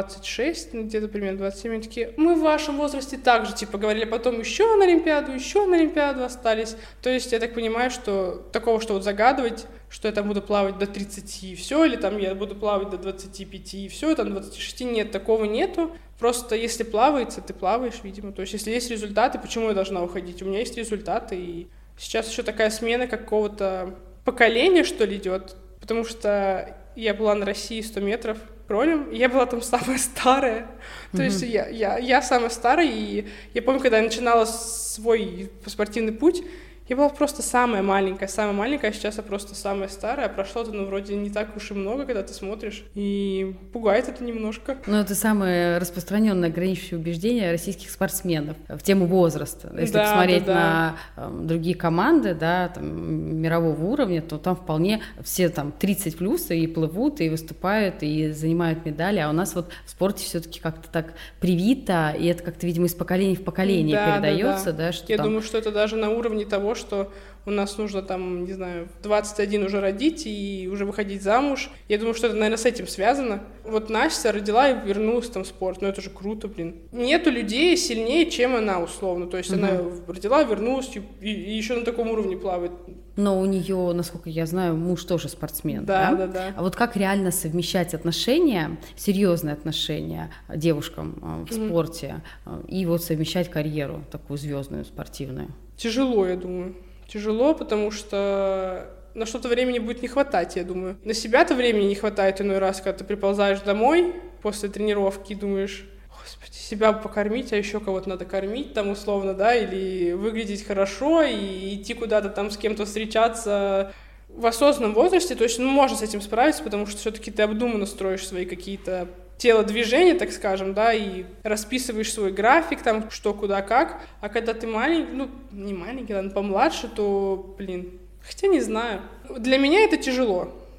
26, где-то примерно 27, они такие, мы в вашем возрасте также, типа, говорили, потом еще на Олимпиаду остались. То есть я так понимаю, что такого, что вот загадывать, что я там буду плавать до 30 и все, или там я буду плавать до 25 и все, там 26, нет, такого нету. Просто если плавается, ты плаваешь, видимо. То есть если есть результаты, почему я должна уходить? У меня есть результаты, и сейчас еще такая смена какого-то поколения, что ли, идет, потому что я была на России 100 метров кролем, и я была там самая старая. То есть я самая старая, и я помню, когда я начинала свой спортивный путь, я была просто самая маленькая, а сейчас я просто самая старая. Прошло-то, ну, вроде не так уж и много, когда ты смотришь, и пугает это немножко. Ну, это самое распространенное ограничивающее убеждение российских спортсменов в тему возраста. Если посмотреть на другие команды, да, там, мирового уровня, то там вполне все там 30 плюс и плывут, и выступают, и занимают медали, а у нас вот в спорте все-таки как-то так привито, и это как-то, видимо, из поколения в поколение передается, да, что я там... думаю, что это даже на уровне того, что у нас нужно там, не знаю, в 21 уже родить и уже выходить замуж. Я думаю, что это, наверное, с этим связано. Вот Настя родила и вернулась там в спорт. Ну, это же круто, блин. Нету людей сильнее, чем она, условно. То есть она родила, вернулась и еще на таком уровне плавает. Но у нее, насколько я знаю, муж тоже спортсмен. Да. А вот как реально совмещать отношения, серьезные отношения девушкам в спорте и вот совмещать карьеру такую звездную, спортивную? Тяжело, я думаю. Тяжело, потому что на что-то времени будет не хватать, я думаю. На себя-то времени не хватает иной раз, когда ты приползаешь домой после тренировки и думаешь, господи, себя покормить, а еще кого-то надо кормить там условно, да, или выглядеть хорошо и идти куда-то там с кем-то встречаться в осознанном возрасте. То есть, ну, можно с этим справиться, потому что все-таки ты обдуманно строишь свои какие-то телодвижения, так скажем, да, и расписываешь свой график, там, что, куда, как. А когда ты маленький, ну, не маленький, ладно, помладше, то, блин, хотя не знаю. Для меня это тяжело.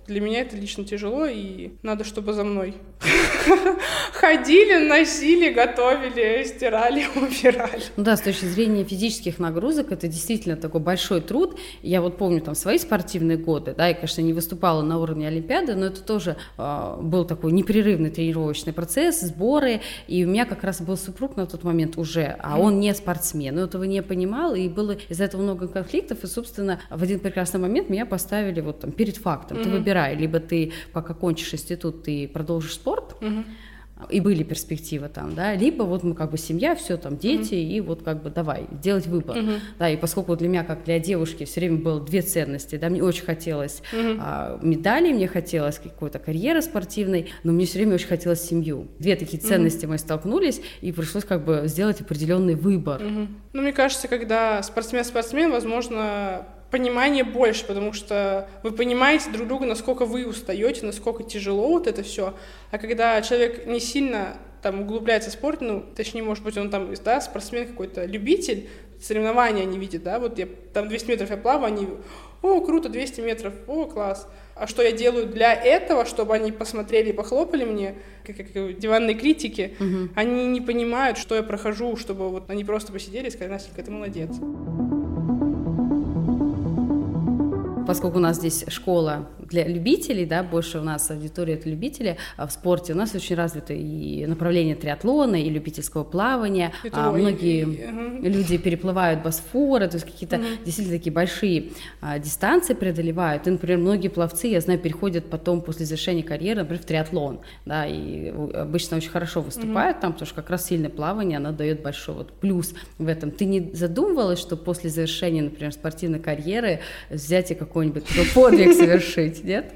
Для меня это лично тяжело, и надо, чтобы за мной ходили, носили, готовили, стирали, убирали. Ну да, с точки зрения физических нагрузок это действительно такой большой труд. Я вот помню там свои спортивные годы, да, я, конечно, не выступала на уровне Олимпиады, но это тоже был такой непрерывный тренировочный процесс, сборы, и у меня как раз был супруг на тот момент уже, а он не спортсмен, но этого не понимал, и было из-за этого много конфликтов, и, собственно, в один прекрасный момент меня поставили вот там перед фактом, ты выбирай, либо ты, пока кончишь институт, ты продолжишь спорт, и были перспективы там, да, либо вот мы как бы семья, все там, дети, и вот как бы давай, делать выбор, да, и поскольку для меня, как для девушки, все время было две ценности, да, мне очень хотелось медалей, мне хотелось какой-то карьеры спортивной, но мне все время очень хотелось семью. Две такие ценности мы столкнулись, и пришлось как бы сделать определенный выбор. Ну, мне кажется, когда спортсмен, возможно, понимание больше, потому что вы понимаете друг друга, насколько вы устаете, насколько тяжело вот это все. А когда человек не сильно там углубляется в спорт, ну, точнее, может быть, он там, да, спортсмен какой-то, любитель, соревнования не видит, да, вот я там 200 метров я плаваю, они, о, круто, 200 метров, о, класс. А что я делаю для этого, чтобы они посмотрели и похлопали мне, как диванные критики, они не понимают, что я прохожу, чтобы вот они просто посидели и сказали: Настенька, ты молодец. Поскольку у нас здесь школа для любителей, да, больше у нас аудитория это любители, а в спорте у нас очень развито и направление триатлона, и любительского плавания. Многие люди переплывают Босфор, то есть какие-то действительно такие большие дистанции преодолевают. И, например, многие пловцы, я знаю, переходят потом после завершения карьеры, например, в триатлон, да, и обычно очень хорошо выступают там, потому что как раз сильное плавание, оно дает большой вот плюс в этом. Ты не задумывалась, что после завершения, например, спортивной карьеры взять и какой-нибудь такой подвиг совершить? Нет?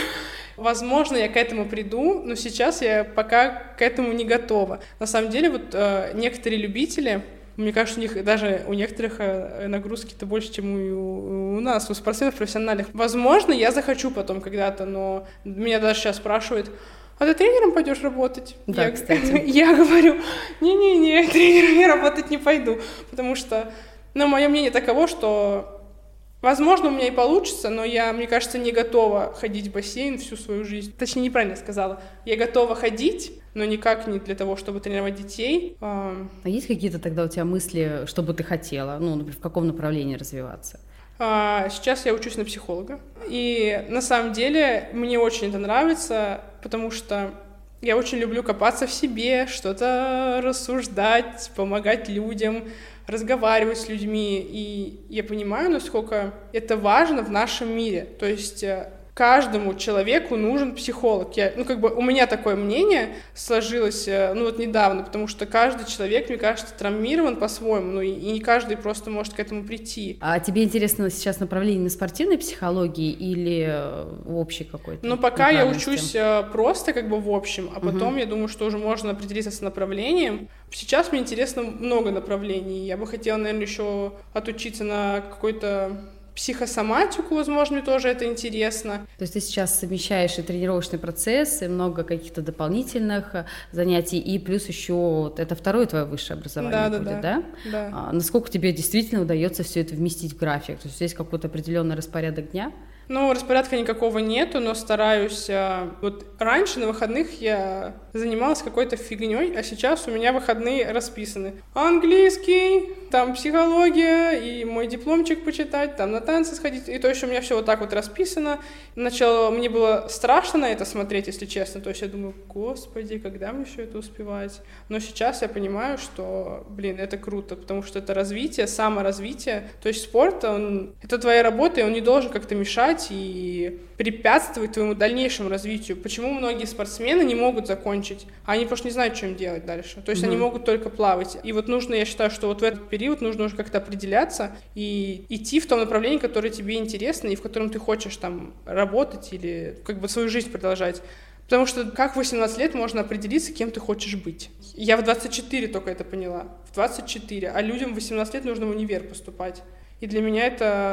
Возможно, я к этому приду, но сейчас я пока к этому не готова. На самом деле, вот некоторые любители, мне кажется, у некоторых нагрузки-то больше, чем у нас, у спортсменов профессиональных. Возможно, я захочу потом когда-то, но меня даже сейчас спрашивают: а ты тренером пойдешь работать? Да, кстати. Я говорю: не-не-не, тренером я работать не пойду, потому что, ну, мое мнение таково, что возможно, у меня и получится, но я, мне кажется, не готова ходить в бассейн всю свою жизнь. Точнее, неправильно сказала. Я готова ходить, но никак не для того, чтобы тренировать детей. А есть какие-то тогда у тебя мысли, что бы ты хотела? Ну, например, в каком направлении развиваться? Сейчас я учусь на психолога. И на самом деле мне очень это нравится, потому что я очень люблю копаться в себе, что-то рассуждать, помогать людям, разговаривать с людьми, и я понимаю, насколько это важно в нашем мире. То есть каждому человеку нужен психолог. У меня такое мнение сложилось, недавно, потому что каждый человек, мне кажется, травмирован по-своему, и не каждый просто может к этому прийти. А тебе интересно сейчас направление на спортивной психологии или в общей какой-то? Ну, пока я учусь просто в общем, а потом я думаю, что уже можно определиться с направлением. Сейчас мне интересно много направлений. Я бы хотела, наверное, еще отучиться на какой-то психосоматику, возможно, мне тоже это интересно. То есть ты сейчас совмещаешь и тренировочный процесс, и много каких-то дополнительных занятий, и плюс еще это второе твое высшее образование будет, да? Да. Насколько тебе действительно удается все это вместить в график? То есть есть какой-то определенный распорядок дня? Ну, распорядка никакого нету, но стараюсь. Вот раньше на выходных я занималась какой-то фигней, а сейчас у меня выходные расписаны. Английский, там психология, и мой дипломчик почитать, там на танцы сходить. И то есть у меня все вот так вот расписано. Сначала мне было страшно на это смотреть, если честно. То есть я думаю: господи, когда мне все это успевать? Но сейчас я понимаю, что, это круто, потому что это развитие, саморазвитие. То есть спорт, это твоя работа, и он не должен как-то мешать и препятствовать твоему дальнейшему развитию. Почему многие спортсмены не могут закончить? Они просто не знают, что им делать дальше. То есть они могут только плавать. И вот нужно, я считаю, что вот в этот период нужно уже как-то определяться и идти в том направлении, которое тебе интересно и в котором ты хочешь там работать или свою жизнь продолжать. Потому что как в 18 лет можно определиться, кем ты хочешь быть? Я в 24 только это поняла. В 24. А людям в 18 лет нужно в универ поступать. И для меня это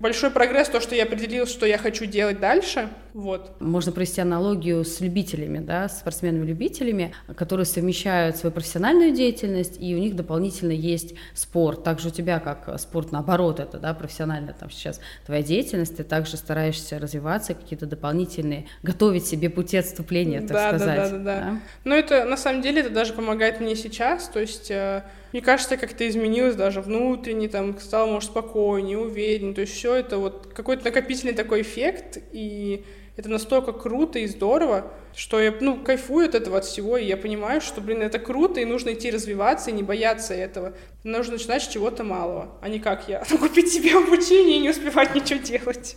большой прогресс, то, что я определила, что я хочу делать дальше, вот. Можно провести аналогию с любителями, да, с спортсменами-любителями, которые совмещают свою профессиональную деятельность, и у них дополнительно есть спорт. Также у тебя, как спорт, наоборот, это, да, профессиональная там сейчас твоя деятельность, ты также стараешься развиваться, какие-то дополнительные, готовить себе пути отступления, так сказать. Да. Но это, на самом деле, это даже помогает мне сейчас, то есть... Мне кажется, как-то изменилось даже внутренне, там, стало, может, спокойнее, увереннее. То есть все это вот какой-то накопительный такой эффект, и это настолько круто и здорово, что я, кайфую от этого, от всего, и я понимаю, что, это круто, и нужно идти развиваться, и не бояться этого. Нужно начинать с чего-то малого, а не как я, купить себе обучение и не успевать ничего делать.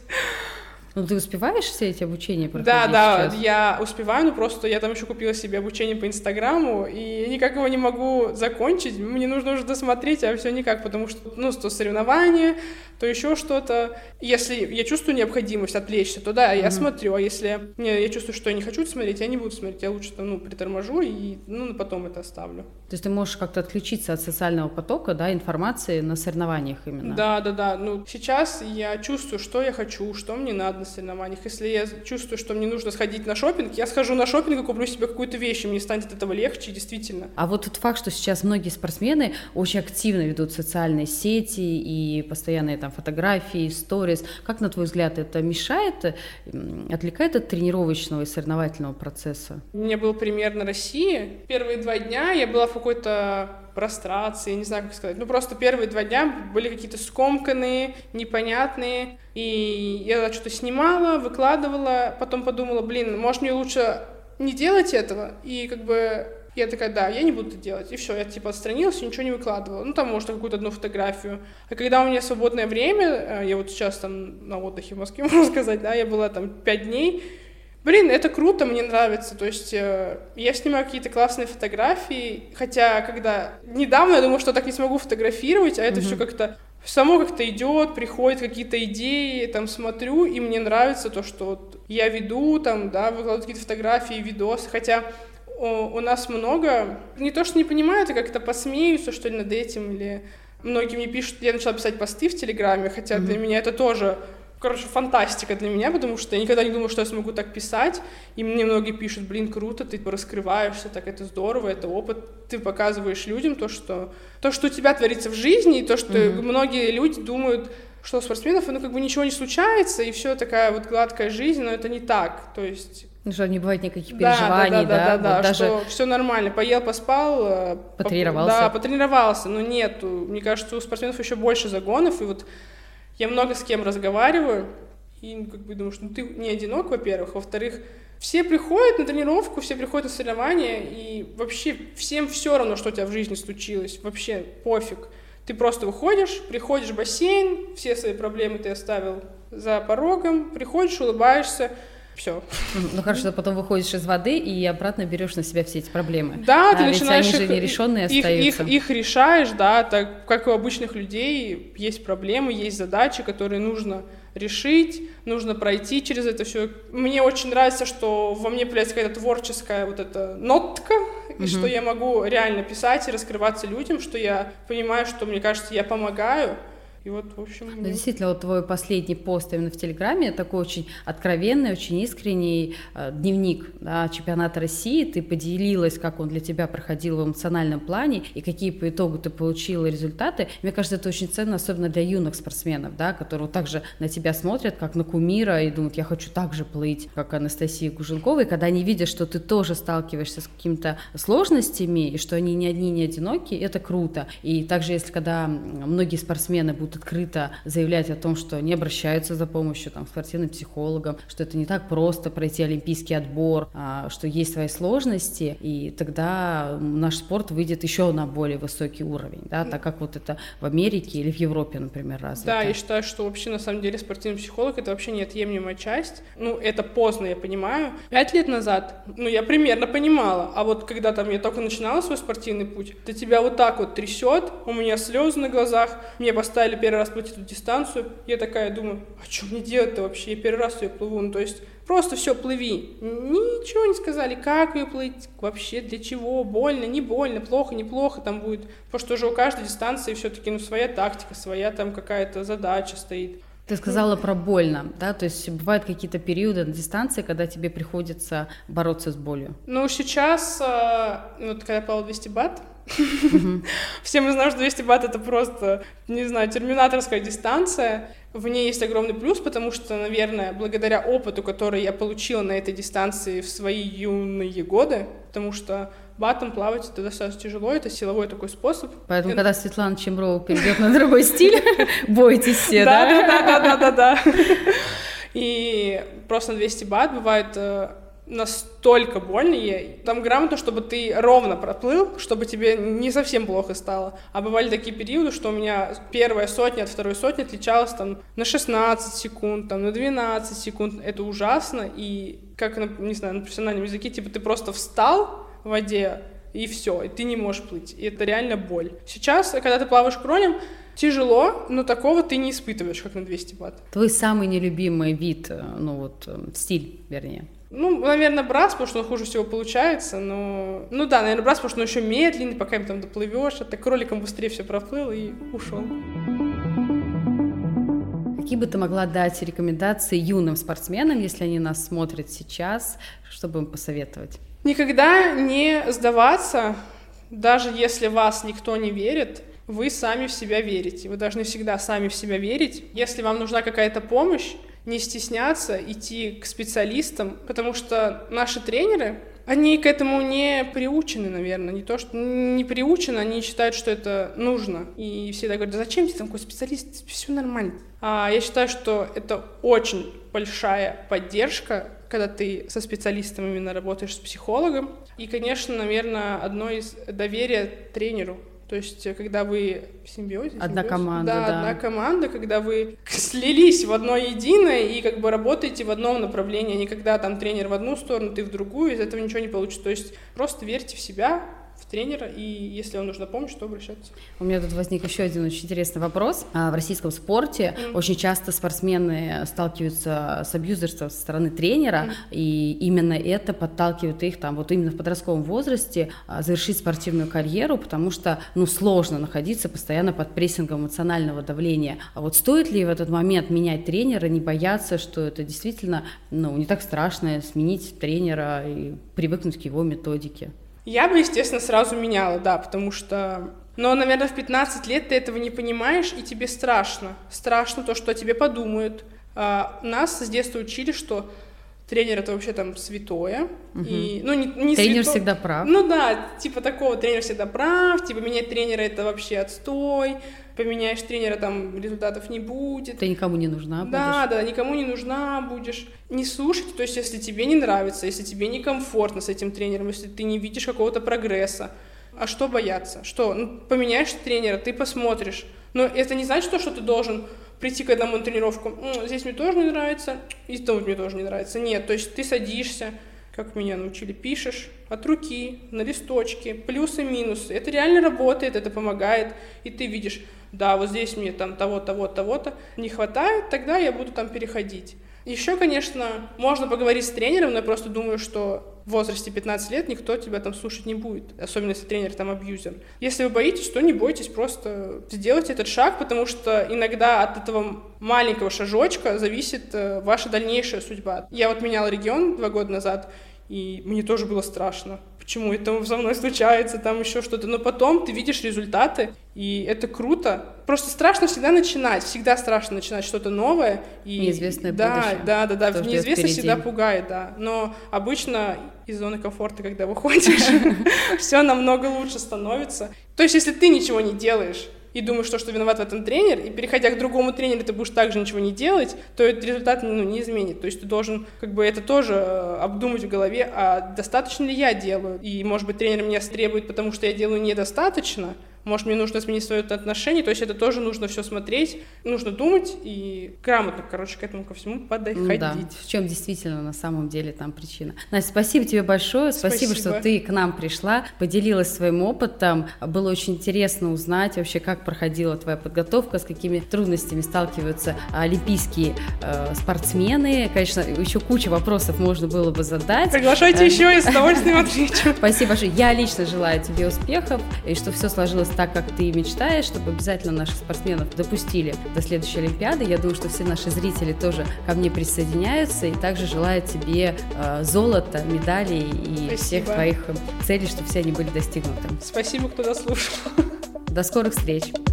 Ну, ты успеваешь все эти обучения проходить сейчас? Я успеваю, но просто я там еще купила себе обучение по Инстаграму, и никак его не могу закончить, мне нужно уже досмотреть, а все никак, потому что, то соревнования, то еще что-то. Если я чувствую необходимость отвлечься, то да, я смотрю, а если я чувствую, что я не хочу смотреть, я не буду смотреть, я лучше приторможу и, потом это оставлю. То есть ты можешь как-то отключиться от социального потока, да, информации на соревнованиях именно? Да. Сейчас я чувствую, что я хочу, что мне надо на соревнованиях. Если я чувствую, что мне нужно сходить на шопинг, я схожу на шопинг и куплю себе какую-то вещь, и мне станет от этого легче, действительно. А вот тот факт, что сейчас многие спортсмены очень активно ведут социальные сети и постоянные там фотографии, сторис, как, на твой взгляд, это мешает, отвлекает от тренировочного и соревновательного процесса? У меня был пример на России. Первые 2 дня я была в какой-то прострации, не знаю, как сказать. Просто первые 2 дня были какие-то скомканные, непонятные. И я что-то снимала, выкладывала, потом подумала, может, мне лучше не делать этого? И я такая, да, я не буду это делать. И все, я отстранилась и ничего не выкладывала. Там, может, какую-то одну фотографию. А когда у меня свободное время, я вот сейчас там на отдыхе в Москве, можно сказать, да, я была там 5 дней, это круто, мне нравится, то есть я снимаю какие-то классные фотографии, хотя когда недавно я думала, что так не смогу фотографировать, а это все как-то само как-то идет, приходят какие-то идеи, там смотрю, и мне нравится то, что я веду, выкладываю какие-то фотографии, видосы, хотя у нас много, не то что не понимают, а как-то посмеются, что ли, над этим, или многие мне пишут, я начала писать посты в Телеграме, хотя для меня это тоже... фантастика для меня, потому что я никогда не думала, что я смогу так писать, и мне многие пишут, круто, ты раскрываешься, так это здорово, это опыт, ты показываешь людям то, что у тебя творится в жизни, и то, что многие люди думают, что у спортсменов, ничего не случается, и все такая вот гладкая жизнь, но это не так, то есть... Что не бывает никаких переживаний, да? Вот даже... что все нормально, поел, поспал, потренировался. Да, потренировался, но нет, мне кажется, у спортсменов еще больше загонов, и вот я много с кем разговариваю, и думаю, что ты не одинок, во-первых, во-вторых, все приходят на тренировку, все приходят на соревнования, и вообще всем все равно, что у тебя в жизни случилось, вообще пофиг. Ты просто выходишь, приходишь в бассейн, все свои проблемы ты оставил за порогом, приходишь, улыбаешься, все. Ну хорошо, потом выходишь из воды и обратно берешь на себя все эти проблемы. Да, ты начинаешь ведь они же нерешенные остаются. Их решаешь, да, так как у обычных людей есть проблемы, есть задачи, которые нужно решить, нужно пройти через это все. Мне очень нравится, что во мне появляется какая-то творческая вот эта нотка, и что я могу реально писать и раскрываться людям, что я понимаю, что, мне кажется, я помогаю. И вот, в общем... Ну, действительно, вот твой последний пост именно в Телеграме, такой очень откровенный, очень искренний дневник, да, чемпионата России. Ты поделилась, как он для тебя проходил в эмоциональном плане и какие по итогу ты получила результаты. Мне кажется, это очень ценно, особенно для юных спортсменов, да, которые также на тебя смотрят, как на кумира, и думают, я хочу так же плыть, как Анастасия Гуженкова. И когда они видят, что ты тоже сталкиваешься с какими-то сложностями, и что они не одни, не одиноки, это круто. И также, если когда многие спортсмены будут открыто заявлять о том, что не обращаются за помощью к спортивным психологам, что это не так просто пройти олимпийский отбор, что есть свои сложности, и тогда наш спорт выйдет еще на более высокий уровень, да, так как вот это в Америке или в Европе, например, развито. Да, я считаю, что вообще на самом деле спортивный психолог — это вообще неотъемлемая часть. Это поздно, я понимаю. 5 лет назад, я примерно понимала, а вот когда я только начинала свой спортивный путь, то тебя вот так вот трясет, у меня слезы на глазах, мне поставили первый раз плыть эту дистанцию, я такая думаю, а что мне делать-то вообще, я первый раз ее плыву, то есть просто все, плыви. Ничего не сказали, как ее плыть, вообще, для чего, больно, не больно, плохо, неплохо там будет, потому что уже у каждой дистанции все-таки своя тактика, своя там какая-то задача стоит. Ты сказала про больно, да, то есть бывают какие-то периоды на дистанции, когда тебе приходится бороться с болью? Ну, сейчас, вот когда я плавала 200 бат, все мы знаем, что 200 бат — это просто, не знаю, терминаторская дистанция. В ней есть огромный плюс, потому что, наверное, благодаря опыту, который я получила на этой дистанции в свои юные годы, потому что батом плавать это достаточно тяжело, это силовой такой способ. Поэтому, когда Светлана Чемброва перейдет на другой стиль, бойтесь все, да? Да. И просто на 200 бат бывает настолько больно. Там грамотно, чтобы ты ровно проплыл, чтобы тебе не совсем плохо стало. А бывали такие периоды, что у меня первая сотня от второй сотни отличалась там на 16 секунд, там на 12 секунд. Это ужасно. И как, не знаю, на профессиональном языке, типа ты просто встал в воде, и все, и ты не можешь плыть. И это реально боль. Сейчас, когда ты плаваешь кронем, тяжело, но такого ты не испытываешь, как на 200 бат. Твой самый нелюбимый вид, стиль, вернее? Ну, наверное, брас, потому что он хуже всего получается, но... Ну да, наверное, брас, потому что он еще медленный, пока им там доплывешь, а ты кроликом быстрее все проплыл и ушел. Какие бы ты могла дать рекомендации юным спортсменам, если они нас смотрят сейчас, чтобы им посоветовать? Никогда не сдаваться, даже если вас никто не верит, вы сами в себя верите. Вы должны всегда сами в себя верить. Если вам нужна какая-то помощь, не стесняться, идти к специалистам, потому что наши тренеры, они к этому не приучены, наверное, не то, что не приучены, они считают, что это нужно. И всегда говорят: да зачем тебе там какой специалист, все нормально. А я считаю, что это очень большая поддержка, когда ты со специалистом именно работаешь, с психологом. И, конечно, наверное, одно из доверия тренеру. То есть, когда вы в симбиозе... Одна команда, да. Одна команда, когда вы слились в одно единое и как бы работаете в одном направлении, а не когда там тренер в одну сторону, ты в другую, из этого ничего не получится. То есть, просто верьте в себя, в тренера, и если вам нужна помощь, то обращайтесь. У меня тут возник еще один очень интересный вопрос. В российском спорте очень часто спортсмены сталкиваются с абьюзерством со стороны тренера, и именно это подталкивает их там вот именно в подростковом возрасте завершить спортивную карьеру, потому что, сложно находиться постоянно под прессингом эмоционального давления. А вот стоит ли в этот момент менять тренера, не бояться, что это действительно, не так страшно сменить тренера и привыкнуть к его методике? Я бы, естественно, сразу меняла, да, потому что... Но, наверное, в 15 лет ты этого не понимаешь, и тебе страшно. Страшно то, что о тебе подумают. Нас с детства учили, что тренер — это вообще там святое. И, не тренер свято... всегда прав. Ну да, типа такого, тренер всегда прав, типа менять тренера — это вообще отстой. Поменяешь тренера, там результатов не будет. Ты никому не нужна будешь. Да, никому не нужна будешь. Не слушайте, то есть если тебе не нравится, если тебе некомфортно с этим тренером, если ты не видишь какого-то прогресса, а что бояться? Что? Поменяешь тренера, ты посмотришь. Но это не значит, что ты должен прийти к одному на тренировку: здесь мне тоже не нравится, и тут мне тоже не нравится. Нет, то есть ты садишься, как меня научили, пишешь от руки, на листочке, плюсы, минусы. Это реально работает, это помогает, и ты видишь: да, вот здесь мне там того-то не хватает, тогда я буду там переходить. Еще, конечно, можно поговорить с тренером, но я просто думаю, что в возрасте 15 лет никто тебя там слушать не будет, особенно если тренер там абьюзер. Если вы боитесь, то не бойтесь, просто сделайте этот шаг, потому что иногда от этого маленького шажочка зависит ваша дальнейшая судьба. Я вот меняла регион 2 года назад, и мне тоже было страшно. Почему это со мной случается, там еще что-то. Но потом ты видишь результаты, и это круто. Просто страшно всегда страшно начинать что-то новое. И неизвестное будущее. Да. Неизвестность всегда пугает, да. Но обычно из зоны комфорта, когда выходишь, все намного лучше становится. То есть, если ты ничего не делаешь и думаешь, что виноват в этом тренер, и переходя к другому тренеру, ты будешь также ничего не делать, то этот результат не изменит. То есть ты должен это тоже обдумать в голове, а достаточно ли я делаю. И, может быть, тренер меня требует, потому что я делаю недостаточно. Может, мне нужно сменить свое отношение, то есть это тоже нужно все смотреть, нужно думать и грамотно, к этому ко всему подходить. Да, в чем действительно на самом деле там причина. Настя, спасибо тебе большое, спасибо, что ты к нам пришла, поделилась своим опытом, было очень интересно узнать вообще, как проходила твоя подготовка, с какими трудностями сталкиваются олимпийские спортсмены. Конечно, еще куча вопросов можно было бы задать. Приглашайте еще, я с удовольствием отвечу. Спасибо большое. Я лично желаю тебе успехов, и чтобы все сложилось так, как ты мечтаешь, чтобы обязательно наших спортсменов допустили до следующей Олимпиады. Я думаю, что все наши зрители тоже ко мне присоединяются и также желают тебе золота, медалей и Спасибо. всех твоих целей, чтобы все они были достигнуты. Спасибо, кто дослушал. До скорых встреч!